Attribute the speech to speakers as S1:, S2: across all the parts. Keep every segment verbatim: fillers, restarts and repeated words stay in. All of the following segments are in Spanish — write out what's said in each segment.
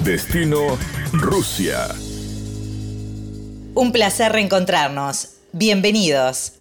S1: Destino Rusia.
S2: Un placer reencontrarnos. Bienvenidos.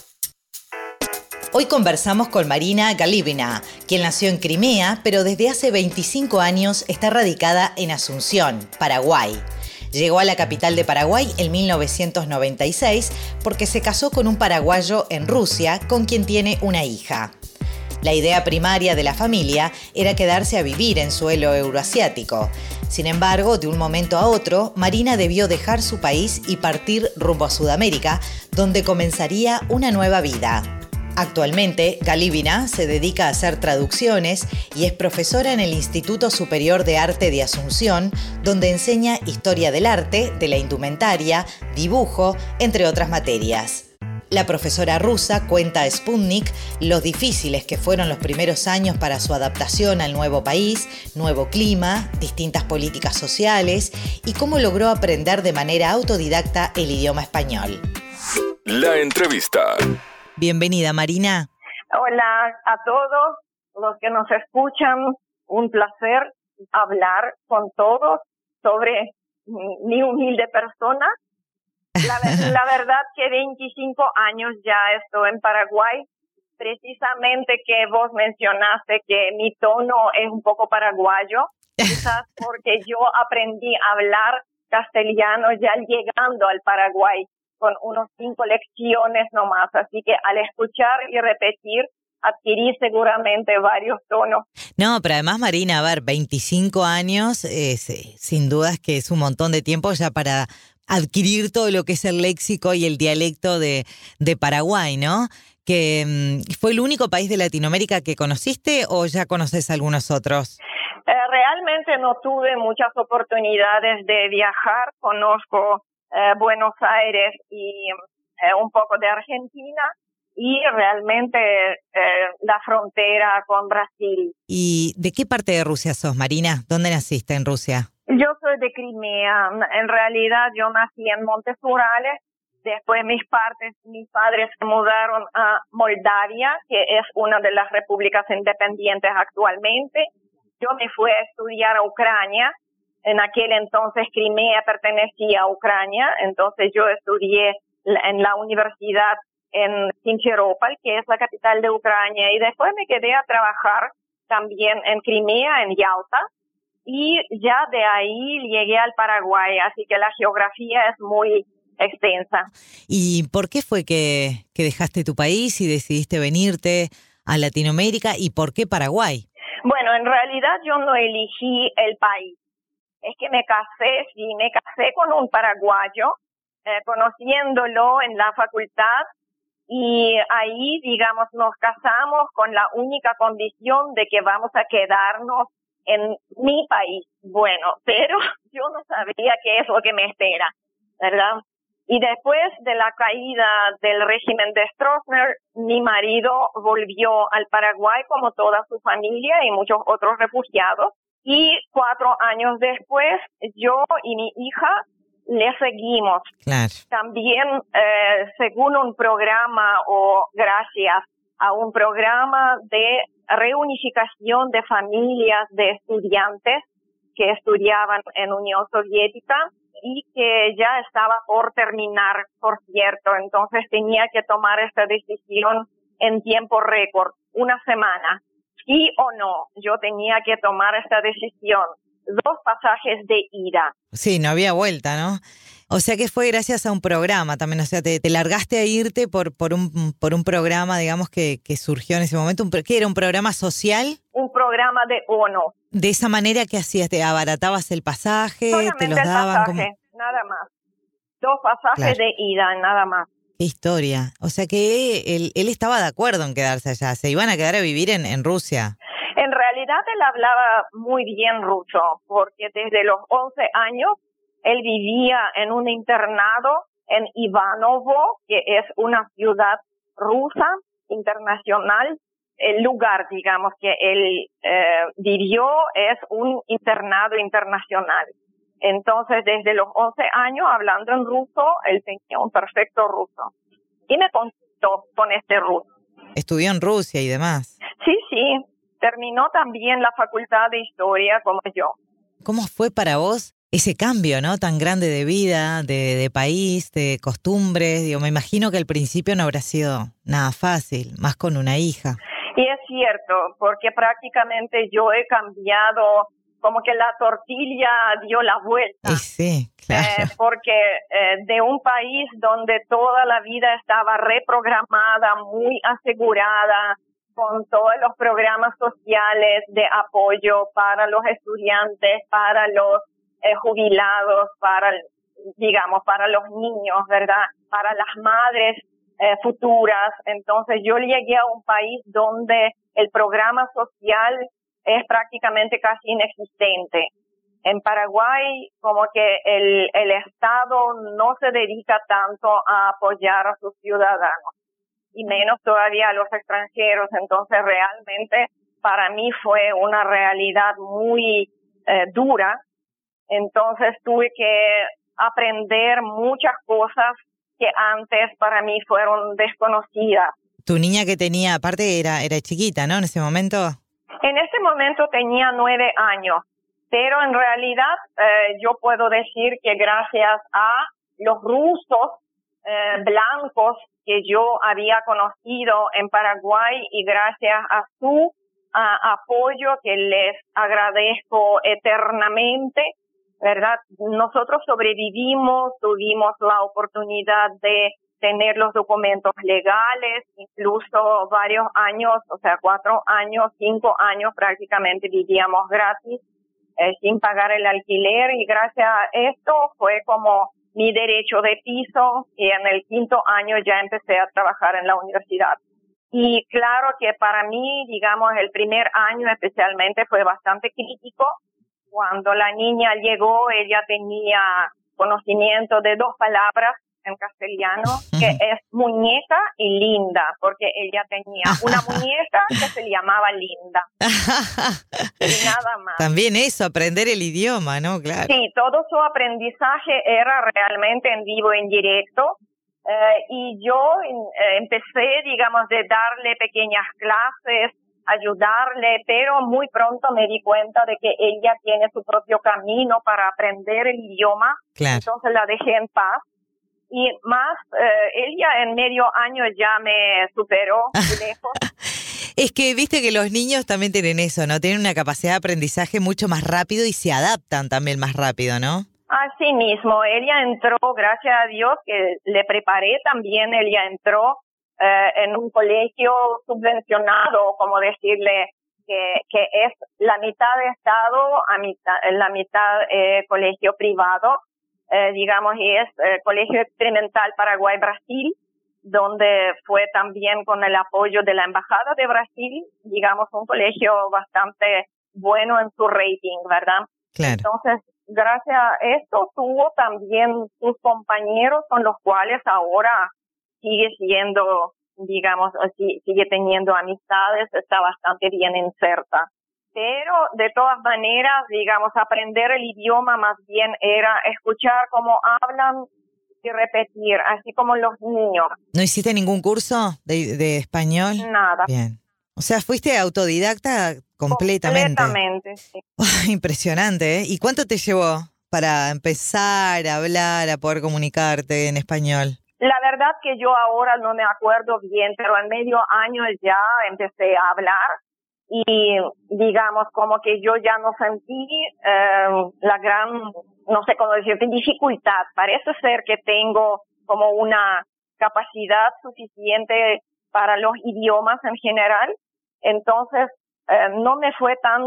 S2: Hoy conversamos con Marina Galivina, quien nació en Crimea, pero desde hace veinticinco años está radicada en Asunción, Paraguay. Llegó a la capital de Paraguay en mil novecientos noventa y seis porque se casó con un paraguayo en Rusia con quien tiene una hija. La idea primaria de la familia era quedarse a vivir en suelo euroasiático. Sin embargo, de un momento a otro, Marina debió dejar su país y partir rumbo a Sudamérica, donde comenzaría una nueva vida. Actualmente, Galivina se dedica a hacer traducciones y es profesora en el Instituto Superior de Arte de Asunción, donde enseña historia del arte, de la indumentaria, dibujo, entre otras materias. La profesora rusa cuenta a Sputnik lo difíciles que fueron los primeros años para su adaptación al nuevo país, nuevo clima, distintas políticas sociales y cómo logró aprender de manera autodidacta el idioma español.
S1: La entrevista.
S2: Bienvenida, Marina.
S3: Hola a todos los que nos escuchan. Un placer hablar con todos sobre mi humilde persona. La, la verdad que veinticinco años ya estoy en Paraguay. Precisamente que vos mencionaste que mi tono es un poco paraguayo. Quizás porque yo aprendí a hablar castellano ya llegando al Paraguay, con unos cinco lecciones nomás, así que al escuchar y repetir, adquirí seguramente varios tonos.
S2: No, pero además, Marina, a ver, veinticinco años, eh, sin dudas que es un montón de tiempo ya para adquirir todo lo que es el léxico y el dialecto de, de Paraguay, ¿no? Que ¿fue el único país de Latinoamérica que conociste o ya conoces algunos otros?
S3: Eh, realmente no tuve muchas oportunidades de viajar, conozco Eh, Buenos Aires y eh, un poco de Argentina y realmente eh, la frontera con Brasil.
S2: ¿Y de qué parte de Rusia sos, Marina? ¿Dónde naciste en Rusia?
S3: Yo soy de Crimea. En realidad yo nací en Montes Urales. Después mis partes, mis padres se mudaron a Moldavia, que es una de las repúblicas independientes actualmente. Yo me fui a estudiar a Ucrania. En aquel entonces Crimea pertenecía a Ucrania, entonces yo estudié en la universidad en Simferópol, que es la capital de Ucrania, y después me quedé a trabajar también en Crimea, en Yalta, y ya de ahí llegué al Paraguay, así que la geografía es muy extensa.
S2: ¿Y por qué fue que, que dejaste tu país y decidiste venirte a Latinoamérica, y por qué Paraguay?
S3: Bueno, en realidad yo no elegí el país. Es que me casé, sí, me casé con un paraguayo, eh, conociéndolo en la facultad, y ahí, digamos, nos casamos con la única condición de que vamos a quedarnos en mi país. Bueno, pero yo no sabía qué es lo que me espera, ¿verdad? Y después de la caída del régimen de Stroessner, mi marido volvió al Paraguay como toda su familia y muchos otros refugiados. Y cuatro años después, yo y mi hija le seguimos.
S2: Claro.
S3: También, eh, según un programa o gracias a un programa de reunificación de familias de estudiantes que estudiaban en Unión Soviética y que ya estaba por terminar, por cierto. Entonces tenía que tomar esta decisión en tiempo récord, una semana. Sí o no, yo tenía que tomar esta decisión. Dos pasajes de ida.
S2: Sí, no había vuelta, ¿no? O sea que fue gracias a un programa también, o sea, te, te largaste a irte por por un por un programa, digamos, que, que surgió en ese momento. Un, ¿Qué era? ¿Un programa social?
S3: Un programa de ONU.
S2: ¿De esa manera qué hacías? ¿Te abaratabas el pasaje?
S3: Solamente
S2: ¿Te los
S3: el
S2: daban?
S3: pasaje,
S2: ¿Cómo?
S3: nada más. Dos pasajes
S2: Claro.
S3: de ida, nada más.
S2: Qué historia. O sea que él, él estaba de acuerdo en quedarse allá. Se iban a quedar a vivir en, en Rusia.
S3: En realidad él hablaba muy bien ruso, porque desde los once años él vivía en un internado en Ivanovo, que es una ciudad rusa internacional. El lugar, digamos, que él eh, vivió es un internado internacional. Entonces, desde los once años, hablando en ruso, él tenía un perfecto ruso. Y me contó con este ruso.
S2: Estudió en Rusia y demás.
S3: Sí, sí. Terminó también la facultad de historia como yo.
S2: ¿Cómo fue para vos ese cambio, ¿no? Tan grande de vida, de, de país, de costumbres? Digo, me imagino que al principio no habrá sido nada fácil, más con una hija.
S3: Y es cierto, porque prácticamente yo he cambiado, como que la tortilla dio la vuelta.
S2: Y sí, claro.
S3: Eh, porque eh, de un país donde toda la vida estaba reprogramada, muy asegurada, con todos los programas sociales de apoyo para los estudiantes, para los eh, jubilados, para, digamos, para los niños, ¿verdad? Para las madres eh, futuras. Entonces yo llegué a un país donde el programa social es prácticamente casi inexistente. En Paraguay, como que el, el Estado no se dedica tanto a apoyar a sus ciudadanos, y menos todavía a los extranjeros. Entonces realmente para mí fue una realidad muy eh, dura. Entonces tuve que aprender muchas cosas que antes para mí fueron desconocidas.
S2: Tu niña que tenía, aparte era, era chiquita, ¿no? En ese momento.
S3: En ese momento tenía nueve años, pero en realidad eh, yo puedo decir que gracias a los rusos eh, blancos que yo había conocido en Paraguay y gracias a su a, apoyo, que les agradezco eternamente, ¿verdad? Nosotros sobrevivimos, tuvimos la oportunidad de tener los documentos legales, incluso varios años, o sea, cuatro años, cinco años prácticamente vivíamos gratis, eh, sin pagar el alquiler, y gracias a esto fue como mi derecho de piso, y en el quinto año ya empecé a trabajar en la universidad. Y claro que para mí, digamos, el primer año especialmente fue bastante crítico. Cuando la niña llegó, ella tenía conocimiento de dos palabras en castellano, que es muñeca y linda, porque ella tenía una muñeca que se llamaba Linda. Y nada más.
S2: También eso, aprender el idioma, ¿no? Claro.
S3: Sí, todo su aprendizaje era realmente en vivo, en directo. Eh, y yo eh, empecé, digamos, de darle pequeñas clases, ayudarle, pero muy pronto me di cuenta de que ella tiene su propio camino para aprender el idioma.
S2: Claro.
S3: Entonces la dejé en paz. Y más, eh, ella en medio año ya me superó lejos.
S2: Es que viste que los niños también tienen eso, ¿no? Tienen una capacidad de aprendizaje mucho más rápido y se adaptan también más rápido, ¿no?
S3: Así mismo, ella entró, gracias a Dios que le preparé también, ella entró eh, en un colegio subvencionado, como decirle, que, que es la mitad de Estado, a mitad, la mitad eh, colegio privado. Eh, digamos, y es eh, Colegio Experimental Paraguay-Brasil, donde fue también con el apoyo de la Embajada de Brasil, digamos, un colegio bastante bueno en su rating, ¿verdad?
S2: Claro.
S3: Entonces, gracias a esto, tuvo también sus compañeros con los cuales ahora sigue siendo, digamos, sigue teniendo amistades, está bastante bien inserta. Pero de todas maneras, digamos, aprender el idioma más bien era escuchar cómo hablan y repetir, así como los niños.
S2: ¿No hiciste ningún curso de, de español?
S3: Nada.
S2: Bien. O sea, fuiste autodidacta completamente.
S3: Completamente, sí.
S2: Impresionante, ¿eh? ¿Y cuánto te llevó para empezar a hablar, a poder comunicarte en español?
S3: La verdad que yo ahora no me acuerdo bien, pero en medio año ya empecé a hablar. Y digamos como que yo ya no sentí eh, la gran, no sé cómo decirte, dificultad. Parece ser que tengo como una capacidad suficiente para los idiomas en general. Entonces eh, no me fue tan,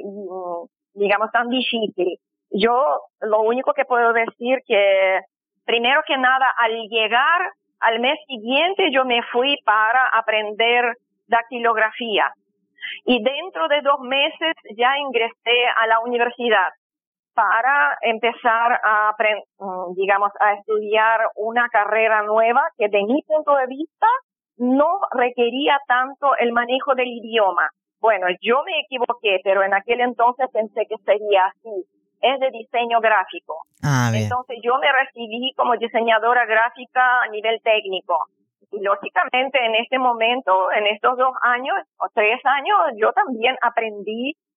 S3: digamos, tan difícil. Yo lo único que puedo decir que primero que nada, al llegar al mes siguiente yo me fui para aprender dactilografía. Y dentro de dos meses ya ingresé a la universidad para empezar a, digamos, a estudiar una carrera nueva que de mi punto de vista no requería tanto el manejo del idioma. Bueno, yo me equivoqué, pero en aquel entonces pensé que sería así. Es de diseño gráfico.
S2: Ah, bien.
S3: Entonces yo me recibí como diseñadora gráfica a nivel técnico. Y lógicamente en este momento, en estos dos años o tres años, yo también aprendí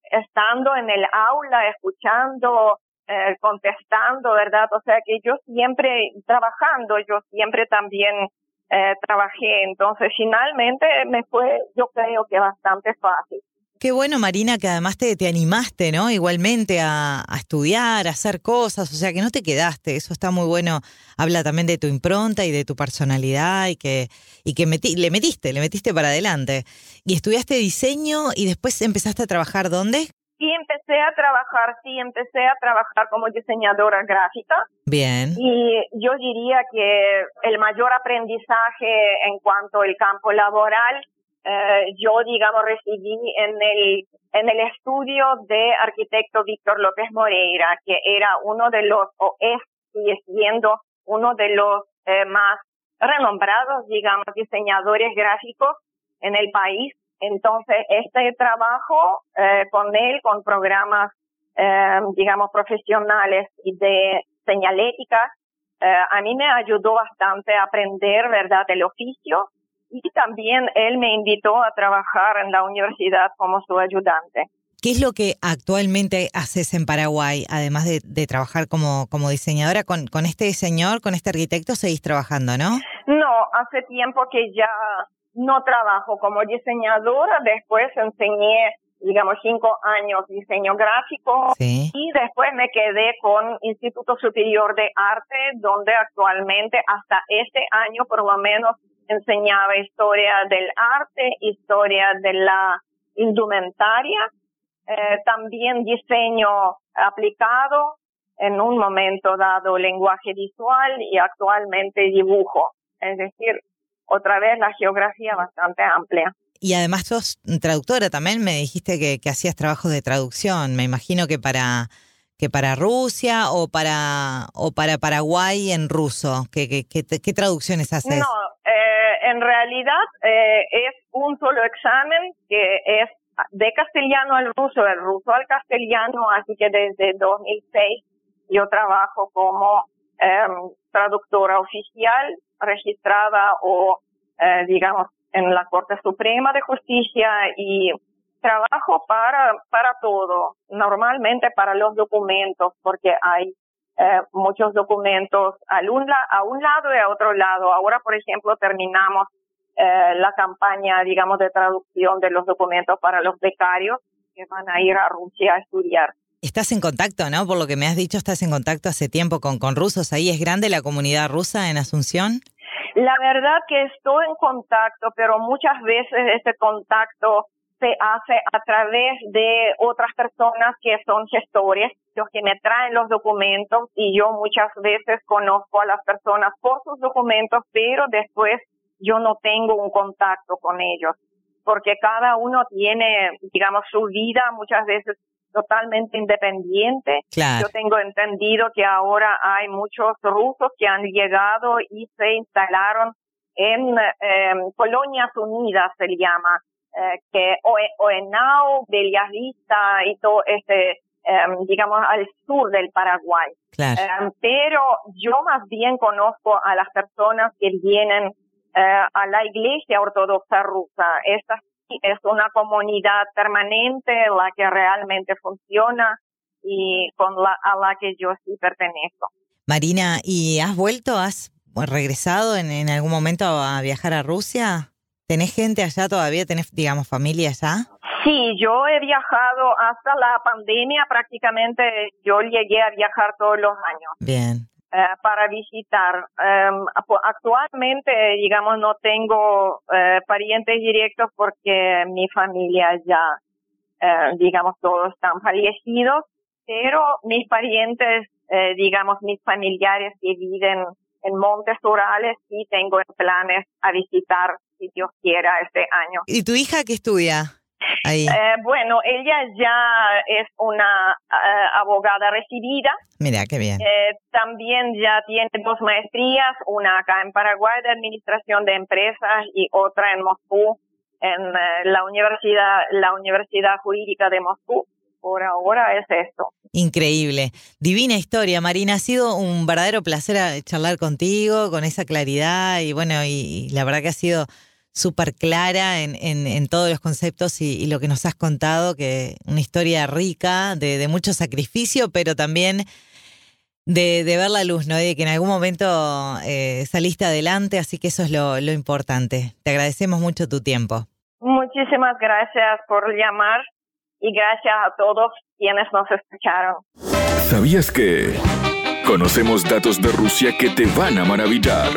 S3: estando en el aula, escuchando, eh, contestando, ¿verdad? O sea que yo siempre trabajando, yo siempre también eh, trabajé. Entonces, finalmente me fue, yo creo que bastante fácil.
S2: Qué bueno, Marina, que además te, te animaste, ¿no? Igualmente a, a estudiar, a hacer cosas, o sea, que no te quedaste. Eso está muy bueno. Habla también de tu impronta y de tu personalidad y que, y que meti, le metiste, le metiste para adelante. Y estudiaste diseño y después empezaste a trabajar, ¿dónde?
S3: Sí, empecé a trabajar, sí, empecé a trabajar como diseñadora gráfica.
S2: Bien.
S3: Y yo diría que el mayor aprendizaje en cuanto al campo laboral, eh, yo, digamos, recibí en el, en el estudio de arquitecto Víctor López Moreira, que era uno de los, o es, sigue siendo uno de los eh, más renombrados, digamos, diseñadores gráficos en el país. Entonces, este trabajo eh, con él, con programas, eh, digamos, profesionales y de señalética, eh, a mí me ayudó bastante a aprender, ¿verdad?, el oficio. Y también él me invitó a trabajar en la universidad como su ayudante.
S2: ¿Qué es lo que actualmente haces en Paraguay, además de, de trabajar como, como diseñadora? Con, con este señor, con este arquitecto, seguís trabajando, ¿no?
S3: No, hace tiempo que ya no trabajo como diseñadora. Después enseñé, digamos, cinco años diseño gráfico.
S2: Sí.
S3: Y después me quedé con Instituto Superior de Arte, donde actualmente, hasta este año por lo menos, enseñaba historia del arte, historia de la indumentaria, eh, también diseño aplicado, en un momento dado lenguaje visual y actualmente dibujo. Es decir, otra vez la geografía bastante amplia.
S2: Y además sos traductora también, me dijiste que, que hacías trabajos de traducción, me imagino que para que para Rusia o para o para Paraguay en ruso. ¿Qué, qué, qué, qué traducciones haces?
S3: No, eh, en realidad eh, es un solo examen que es de castellano al ruso, del ruso al castellano, así que desde dos mil seis yo trabajo como eh, traductora oficial registrada o, eh, digamos, en la Corte Suprema de Justicia, y trabajo para para todo, normalmente para los documentos, porque hay eh, muchos documentos a un, la, a un lado y a otro lado. Ahora, por ejemplo, terminamos eh, la campaña, digamos, de traducción de los documentos para los becarios que van a ir a Rusia a estudiar.
S2: Estás en contacto, ¿no? Por lo que me has dicho, estás en contacto hace tiempo con, con rusos. ¿Ahí es grande la comunidad rusa en Asunción?
S3: La verdad que estoy en contacto, pero muchas veces ese contacto se hace a través de otras personas que son gestores, los que me traen los documentos, y yo muchas veces conozco a las personas por sus documentos, pero después yo no tengo un contacto con ellos, porque cada uno tiene, digamos, su vida muchas veces totalmente independiente.
S2: Claro.
S3: Yo tengo entendido que ahora hay muchos rusos que han llegado y se instalaron en eh, Colonias Unidas, se le llama, eh, que Oenao, Bellavista y todo este, eh, digamos, al sur del Paraguay.
S2: Claro.
S3: Eh, pero yo más bien conozco a las personas que vienen eh, a la Iglesia Ortodoxa Rusa. Esta es una comunidad permanente, la que realmente funciona y con la a la que yo sí pertenezco.
S2: Marina, ¿y has vuelto, has regresado en, en algún momento a viajar a Rusia? ¿Tenés gente allá todavía? ¿Tenés, digamos, familia allá?
S3: Sí, yo he viajado hasta la pandemia, prácticamente yo llegué a viajar todos los años.
S2: Bien.
S3: Eh, para visitar. Eh, actualmente, digamos, no tengo eh, parientes directos porque mi familia ya, eh, digamos, todos están fallecidos, pero mis parientes, eh, digamos, mis familiares que viven en Montes Urales, sí tengo planes a visitar, si Dios quiera, este año.
S2: ¿Y tu hija qué estudia ahí?
S3: Eh, bueno, ella ya es una uh, abogada recibida.
S2: Mira, qué bien.
S3: Eh, también ya tiene dos maestrías, una acá en Paraguay de Administración de Empresas y otra en Moscú, en uh, la Universidad, la Universidad Jurídica de Moscú. Por ahora es esto.
S2: Increíble. Divina historia, Marina. Ha sido un verdadero placer charlar contigo, con esa claridad y bueno, y, y la verdad que ha sido súper clara en, en, en todos los conceptos y, y lo que nos has contado, que una historia rica de, de mucho sacrificio, pero también de, de ver la luz, ¿no? De que en algún momento eh, saliste adelante, así que eso es lo, lo importante. Te agradecemos mucho tu tiempo.
S3: Muchísimas gracias por llamar y gracias a todos quienes nos escucharon.
S1: ¿Sabías que conocemos datos de Rusia que te van a maravillar?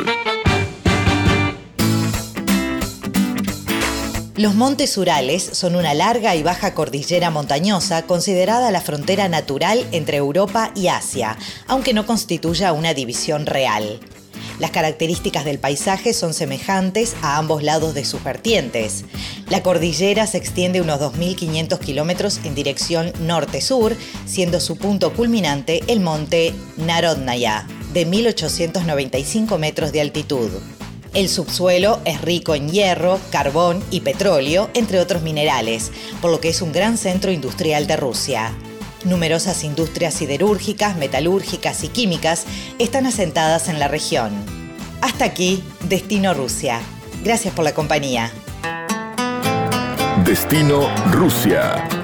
S2: Los montes Urales son una larga y baja cordillera montañosa considerada la frontera natural entre Europa y Asia, aunque no constituya una división real. Las características del paisaje son semejantes a ambos lados de sus vertientes. La cordillera se extiende unos dos mil quinientos kilómetros en dirección norte-sur, siendo su punto culminante el monte Narodnaya, de mil ochocientos noventa y cinco metros de altitud. El subsuelo es rico en hierro, carbón y petróleo, entre otros minerales, por lo que es un gran centro industrial de Rusia. Numerosas industrias siderúrgicas, metalúrgicas y químicas están asentadas en la región. Hasta aquí, Destino Rusia. Gracias por la compañía.
S1: Destino Rusia.